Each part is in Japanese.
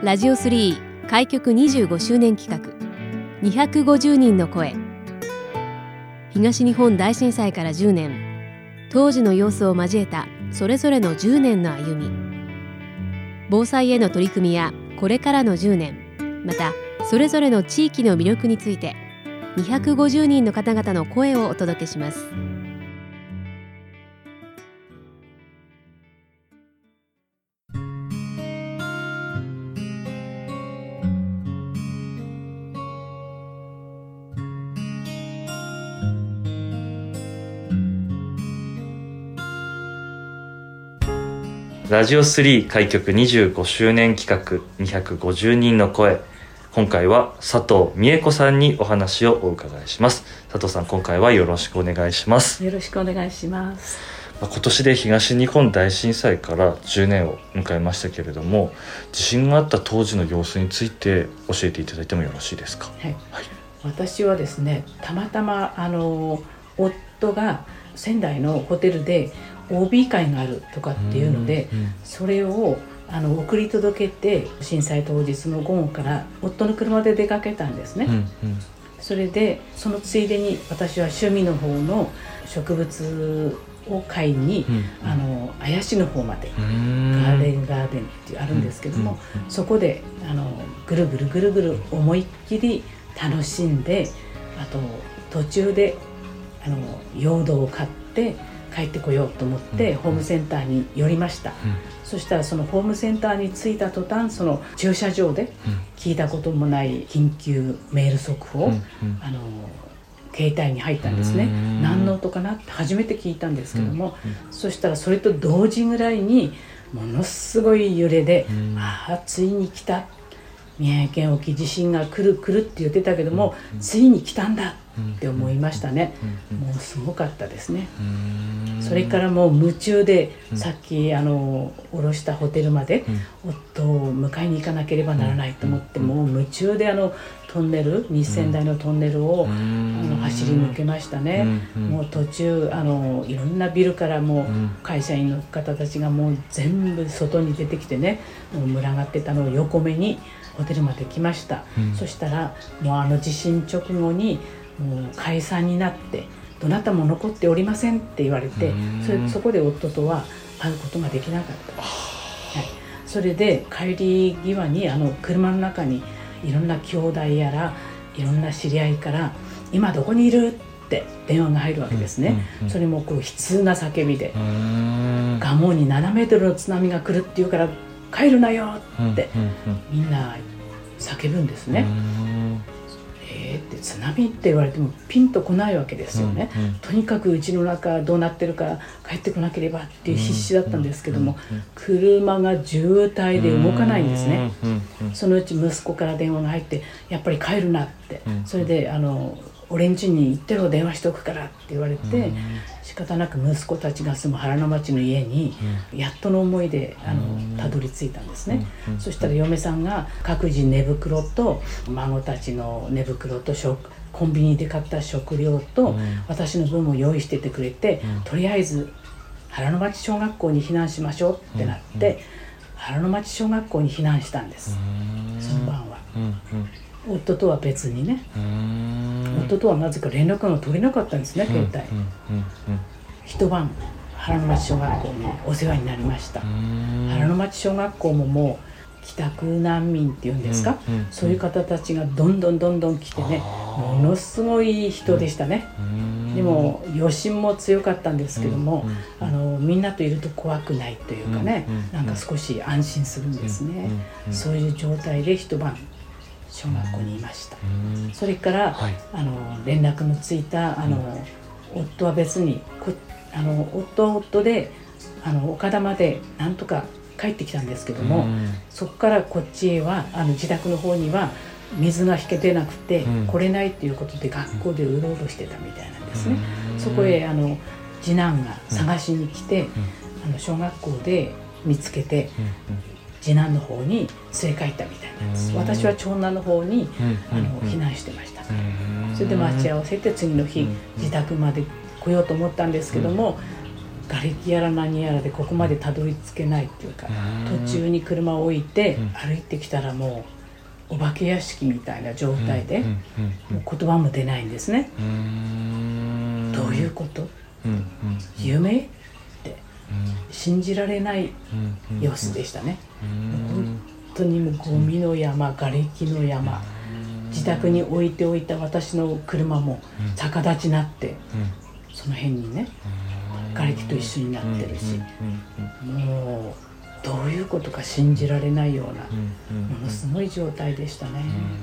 ラジオ3開局25周年企画250人の声。東日本大震災から10年、当時の様子を交えたそれぞれの10年の歩み、防災への取り組みやこれからの10年、またそれぞれの地域の魅力について250人の方々の声をお届けします。 ラジオ3開局25周年企画250人の声。今回は佐藤美恵子さんにお話をお伺いします。佐藤さん、今回はよろしくお願いします。 よろしくお願いします。 今年で東日本大震災から10年を迎えましたけれども、地震があった当時の様子について教えていただいてもよろしいですか？ はい、私はですね、たまたま夫が仙台のホテルで OB 会があるとかっていうので、それを送り届けて、震災当日の午後から夫の車で出かけたんですね。それでそのついでに私は趣味の方の植物を買いに、綾市の方までガーデンってあるんですけども、そこでぐるぐる思いっきり楽しんで、あと途中で用土を買って帰ってこようと思ってホームセンターに寄りました。そしたらそのホームセンターに着いた途端、その駐車場で聞いたこともない緊急メール速報、携帯に入ったんですね。何の音かなって初めて聞いたんですけども、そしたらそれと同時ぐらいにものすごい揺れで、ついに来た、宮城県沖地震が来るって言ってたけども、ついに来たんだって思いましたね。もうすごかったですね。それからもう夢中で、さっき降ろしたホテルまで夫を迎えに行かなければならないと思って、もう夢中でトンネル、日仙台のトンネルを走り抜けましたね。もう途中いろんなビルからもう会社員の方たちがもう全部外に出てきてね、もう群がってたのを横目にホテルまで来ました。そしたらもう地震直後にもう解散になって、どなたも残っておりませんって言われて、そこで夫とは会うことができなかった。それで帰り際に車の中にいろんな兄弟やらいろんな知り合いから「今どこにいる?」って電話が入るわけですね。それも悲痛な叫びで、蒲生に7メートルの津波が来るって言うから帰るなよってみんな叫ぶんですね。って津波って言われてもピンとこないわけですよね。とにかくうちの中どうなってるか帰ってこなければっていう必死だったんですけども、車が渋滞で動かないんですね。そのうち息子から電話が入って「やっぱり帰るな」って、それで俺ん家に行ってろ、電話しとくからって言われて、仕方なく息子たちが住む原の町の家にやっとの思いでたどり着いたんですね。そしたら嫁さんが各自寝袋と孫たちの寝袋とコンビニで買った食料と私の分も用意しててくれて、とりあえず原の町小学校に避難しましょうってなって、原の町小学校に避難したんです。その晩は夫とは別にね。夫とはなぜか連絡が取れなかったんですね、携帯。一晩原の町小学校にお世話になりました。原の町小学校ももう帰宅難民っていうんですか、そういう方たちがどんどん来てね、ものすごい人でしたね。でも余震も強かったんですけども、みんなといると怖くないというかね、なんか少し安心するんですね。そういう状態で一晩小学校にいました。それから、連絡のついた夫は別に夫で岡田までなんとか帰ってきたんですけども、そこからこっちへは自宅の方には水が引けてなくて来れないということで学校でうろうろしてたみたいなんですね。そこへ次男が探しに来て、小学校で見つけて、次男の方に連れ帰ったみたいなんです。私は長男の方に避難してましたから、それで待ち合わせて次の日自宅まで来ようと思ったんですけども、 瓦礫やら何やらでここまでたどり着けないっていうか、途中に車を置いて歩いてきたらもうお化け屋敷みたいな状態で、もう言葉も出ないんですね。どういうこと？夢？って信じられない様子でしたね。本当にもうゴミの山、瓦礫の山、自宅に置いておいた私の車も逆立ちになって、その辺にね瓦礫と一緒になってるし、もうどういうことか信じられないようなものすごい状態でしたね。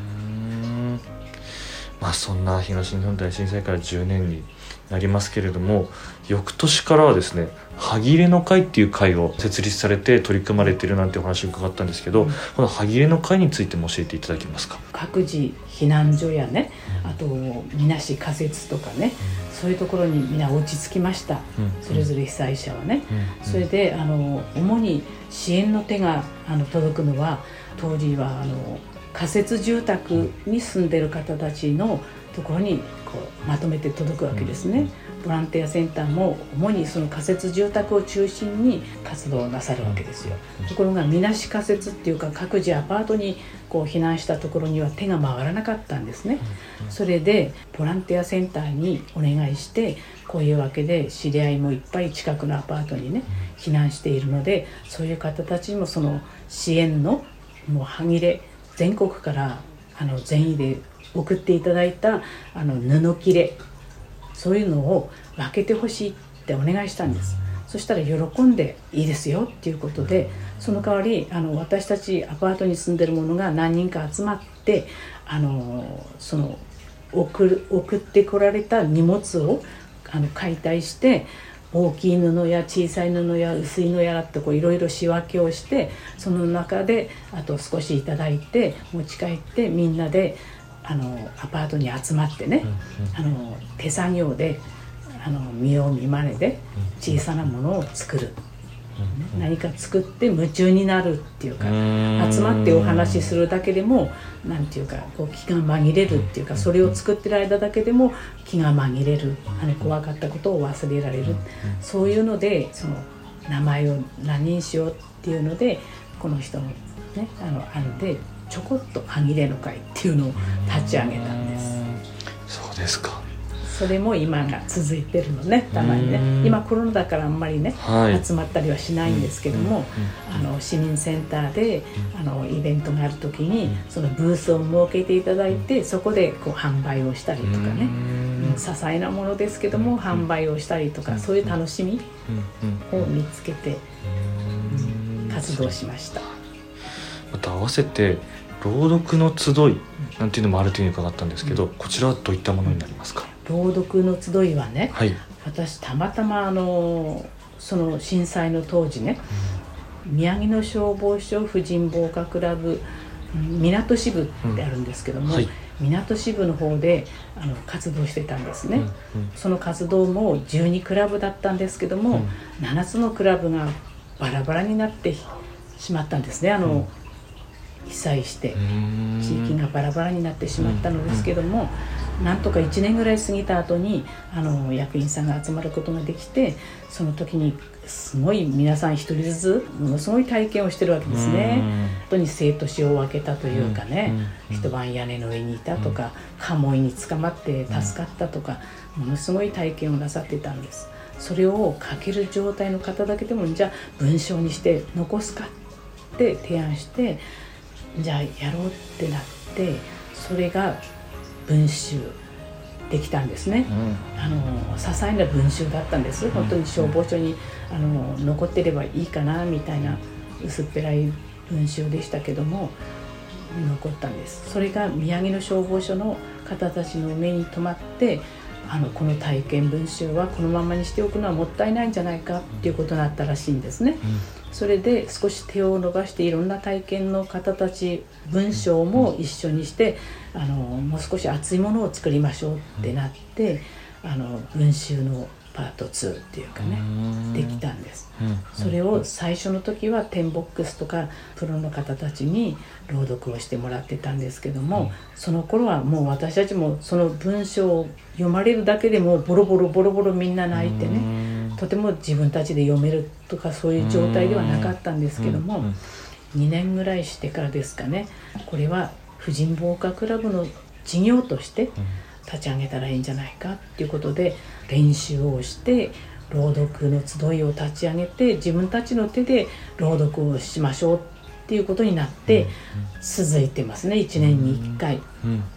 まあ、そんな東日本大震災から10年になりますけれども、翌年からはですね、はぎれの会っていう会を設立されて取り組まれているなんてお話を伺ったんですけど、このはぎれの会についても教えていただけますか。 各自避難所やね、あとみなし仮設とかね、そういうところにみんな落ち着きました、それぞれ被災者はね。それで主に支援の手が届くのは、当時は仮設住宅に住んでる方たちのところにこうまとめて届くわけですね。ボランティアセンターも主にその仮設住宅を中心に活動をなさるわけですよ。ところがみなし仮設っていうか、各自アパートにこう避難したところには手が回らなかったんですね。それでボランティアセンターにお願いして、こういうわけで知り合いもいっぱい近くのアパートにね避難しているので、そういう方たちにもその支援のもうはぎれ、全国から善意で送っていただいた布切れ、そういうのを分けてほしいってお願いしたんです。そしたら喜んでいいですよっていうことで、その代わり私たちアパートに住んでる者が何人か集まって、その送ってこられた荷物を解体して、大きい布や小さい布や薄い布やらっていろいろ仕分けをして、その中であと少しいただいて持ち帰って、みんなでアパートに集まってね、手作業で見よう見まねで小さなものを作る、何か作って夢中になるっていうか、集まってお話しするだけでもなんていうかこう気が紛れるっていうか、それを作ってる間だけでも気が紛れる、怖かったことを忘れられる、そういうのでその名前を何にしようっていうので、この人のね案でちょこっとはぎれの会っていうのを立ち上げたんです。 そうですか。 それも今が続いてるのね、たまにね。今コロナだからあんまりね、集まったりはしないんですけども、市民センターでイベントがある時にそのブースを設けていただいて、そこでこう販売をしたりとかね、些細なものですけども販売をしたりとか、そういう楽しみを見つけて活動しました。 また合わせて朗読の集いなんていうのもあるというふうに伺ったんですけど、こちらはどういったものになりますか。 朗読の集いはね、私たまたまその震災の当時ね、宮城野消防署婦人防火クラブ港支部ってあるんですけども、港支部の方で活動してたんですね。その活動も12クラブだったんですけども、7つのクラブがバラバラになってしまったんですね。被災して地域がバラバラになってしまったのですけども、なんとか1年ぐらい過ぎた後に役員さんが集まることができて、その時にすごい皆さん一人ずつものすごい体験をしてるわけですね。本当に生と死を分けたというかね、一晩屋根の上にいたとか、カモイに捕まって助かったとか、ものすごい体験をなさってたんです。それを書ける状態の方だけでも、じゃあ文章にして残すかって提案して、じゃあやろうってなって、それが文集できたんですね。些細な文集だったんです。本当に消防署に残ってればいいかなみたいな薄っぺらい文集でしたけども、残ったんです。それが宮城の消防署の方たちの目に留まって、この体験文集はこのままにしておくのはもったいないんじゃないかっていうことになったらしいんですね。それで少し手を伸ばして、いろんな体験の方たち文章も一緒にして、もう少し熱いものを作りましょうってなって、文集のパート2っていうかね、できたんです。それを最初の時はテンボックスとかプロの方たちに朗読をしてもらってたんですけども、その頃はもう私たちもその文章を読まれるだけでもボロボロみんな泣いてね、 とても自分たちで読めるとかそういう状態ではなかったんですけども、2年ぐらいしてからですかね、これは婦人防火クラブの事業として立ち上げたらいいんじゃないかっていうことで練習をして朗読の集いを立ち上げて自分たちの手で朗読をしましょうっていうことになって続いてますね。1年に1回語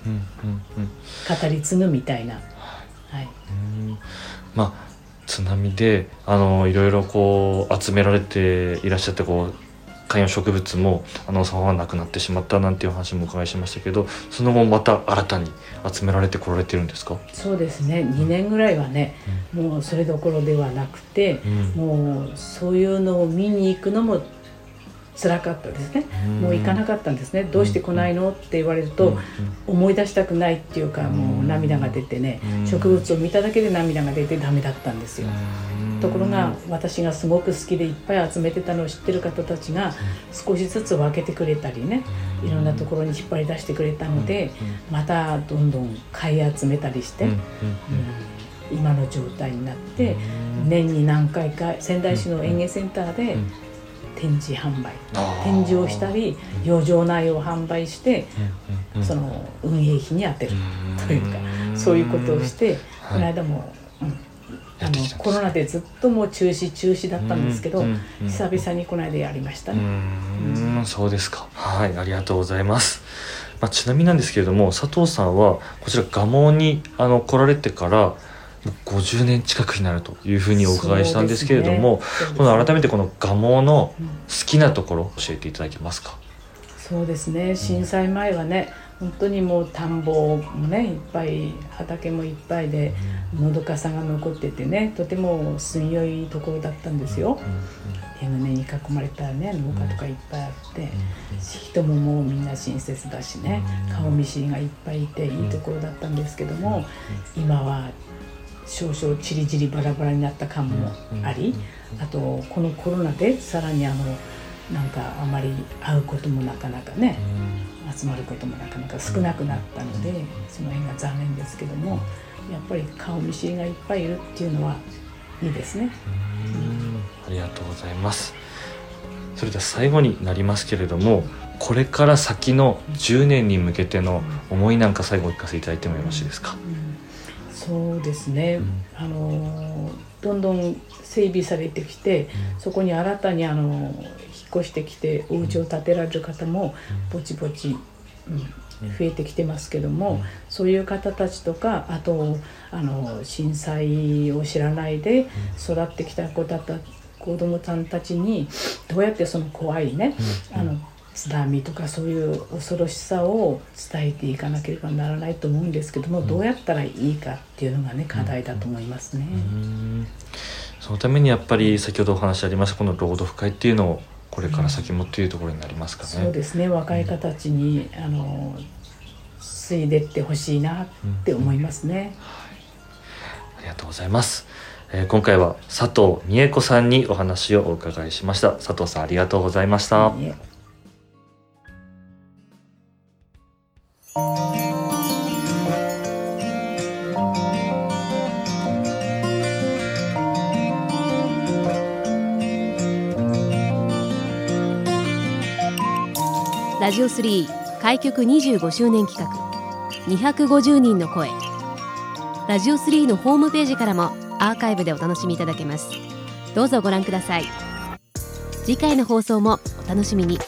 り継ぐみたいな、はい、 津波でいろいろこう集められていらっしゃってこう観葉植物もそのままなくなってしまったなんていう話もお伺いしましたけど、その後また新たに集められてこられてるんですか？ そうですね、2年ぐらいはね、もうそれどころではなくて、もうそういうのを見に行くのも辛かったですね。もう行かなかったんですね。どうして来ないのって言われると思い出したくないっていうか、もう涙が出てね、植物を見ただけで涙が出てダメだったんですよ。ところが私がすごく好きでいっぱい集めてたのを知ってる方たちが少しずつ分けてくれたりね、いろんなところに引っ張り出してくれたので、またどんどん買い集めたりして、今の状態になって、年に何回か仙台市の園芸センターで展示販売、展示をしたり余剰苗を販売して、その運営費に充てるというか、そういうことをして、この間も、コロナでずっともう中止だったんですけど、久々にこの間やりましたね。 そうですか。はい、ありがとうございます。ちなみになんですけれども、佐藤さんはこちら蒲生に来られてから50年近くになるというふうにお伺いしたんですけれども、この改めてこの蒲生の好きなところ教えていただけますか？ そうですね、震災前はね、本当にもう田んぼもねいっぱい、畑もいっぱいでのどかさが残っててね、とても住みよいところだったんですよ。手舟に囲まれたね農家とかいっぱいあって、人ももうみんな親切だしね、顔見知りがいっぱいいていいところだったんですけども、今は少々ちりぢりバラバラになった感もあり、あとこのコロナでさらになんかあまり会うこともなかなかね、集まることもなかなか少なくなったので、その辺が残念ですけども、やっぱり顔見知りがいっぱいいるっていうのはいいですね。 ありがとうございます。それでは最後になりますけれども、これから先の10年に向けての思いなんか最後お聞かせいただいてもよろしいですか？ そうですね、どんどん整備されてきて、そこに新たに引っ越してきてお家を建てられる方もぼちぼち、増えてきてますけども、そういう方たちとか、あと震災を知らないで育ってきた子どもさんたちにどうやってその怖いね、津波とかそういう恐ろしさを伝えていかなければならないと思うんですけども、どうやったらいいかっていうのがね課題だと思いますね。 そのためにやっぱり先ほどお話ありましたこの朗読会っていうのをこれから先もっていうところになりますかね。 そうですね、若い方たちに継いでってほしいなって思いますね。 ありがとうございます。今回は佐藤美恵子さんにお話をお伺いしました。佐藤さんありがとうございました。 ラジオ3開局25周年企画250人の声。ラジオ3のホームページからもアーカイブでお楽しみいただけます。どうぞご覧ください。次回の放送もお楽しみに。